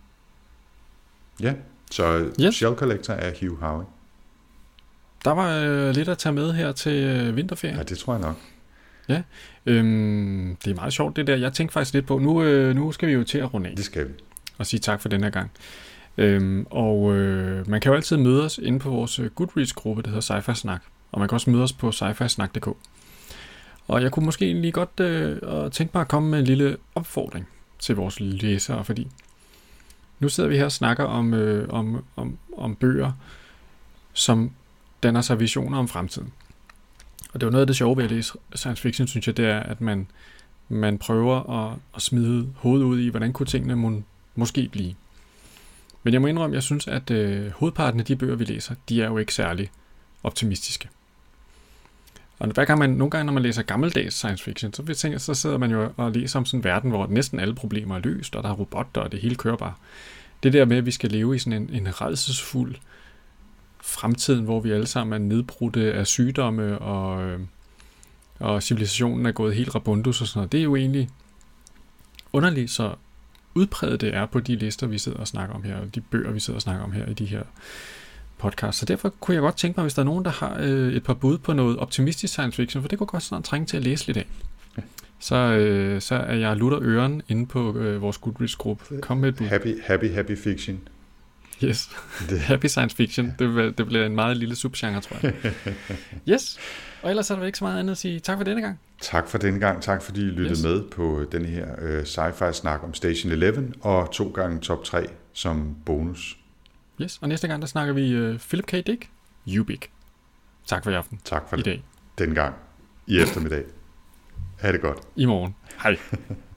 Ja, så yes. Shell Collector er Hugh Howey. Der var øh, lidt at tage med her til øh, vinterferien. Ja, det tror jeg nok. Ja, øhm, det er meget sjovt det der. Jeg tænkte faktisk lidt på, nu, øh, nu skal vi jo til at runde af. Det skal vi. Og sige tak for den her gang. Øhm, og øh, man kan jo altid møde os inde på vores Goodreads-gruppe, der hedder Sci-Fi Snak. Og man kan også møde os på sci fi snak punktum d k. Og jeg kunne måske lige godt øh, tænke mig at komme med en lille opfordring til vores læsere, fordi nu sidder vi her og snakker om, øh, om, om, om bøger, som danner sig visioner om fremtiden. Og det er jo noget af det sjove ved at læse science fiction, synes jeg, det er, at man, man prøver at, at smide hovedet ud i, hvordan kunne tingene må, måske blive. Men jeg må indrømme, jeg synes, at øh, hovedparten af de bøger, vi læser, de er jo ikke særlig optimistiske. Og hver gang man, nogle gange, når man læser gammeldags science fiction, så, vi tænker, så sidder man jo og læser om sådan en verden, hvor næsten alle problemer er løst, og der er robotter, og det hele kører bare. Det der med, at vi skal leve i sådan en, en rædselsfuld fremtiden, hvor vi alle sammen er nedbrudte af sygdomme, og, øh, og civilisationen er gået helt rabundus og sådan noget, det er jo egentlig underligt, så udpræget det er på de lister, vi sidder og snakker om her, og de bøger, vi sidder og snakker om her i de her podcasts. Så derfor kunne jeg godt tænke mig, hvis der er nogen, der har øh, et par bud på noget optimistisk science fiction, for det kunne godt snart trænge til at læse lidt af. Så, øh, så er jeg lutter øren inde på øh, vores Goodreads-gruppe. Kom med et bud. Happy, happy, happy fiction. Yes, det. Happy science fiction. Det, det bliver en meget lille subgenre, tror jeg. Yes, og ellers er der ikke så meget andet at sige. Tak for denne gang. Tak for denne gang. Tak fordi I lyttede yes. med på denne her uh, sci-fi snak om Station elleve, og to gange top tre som bonus. Yes, og næste gang der snakker vi uh, Philip K. Dick, Ubik. Tak for i aften. Tak for i det. dag. Den gang. I eftermiddag. Ha' det godt. I morgen. Hej.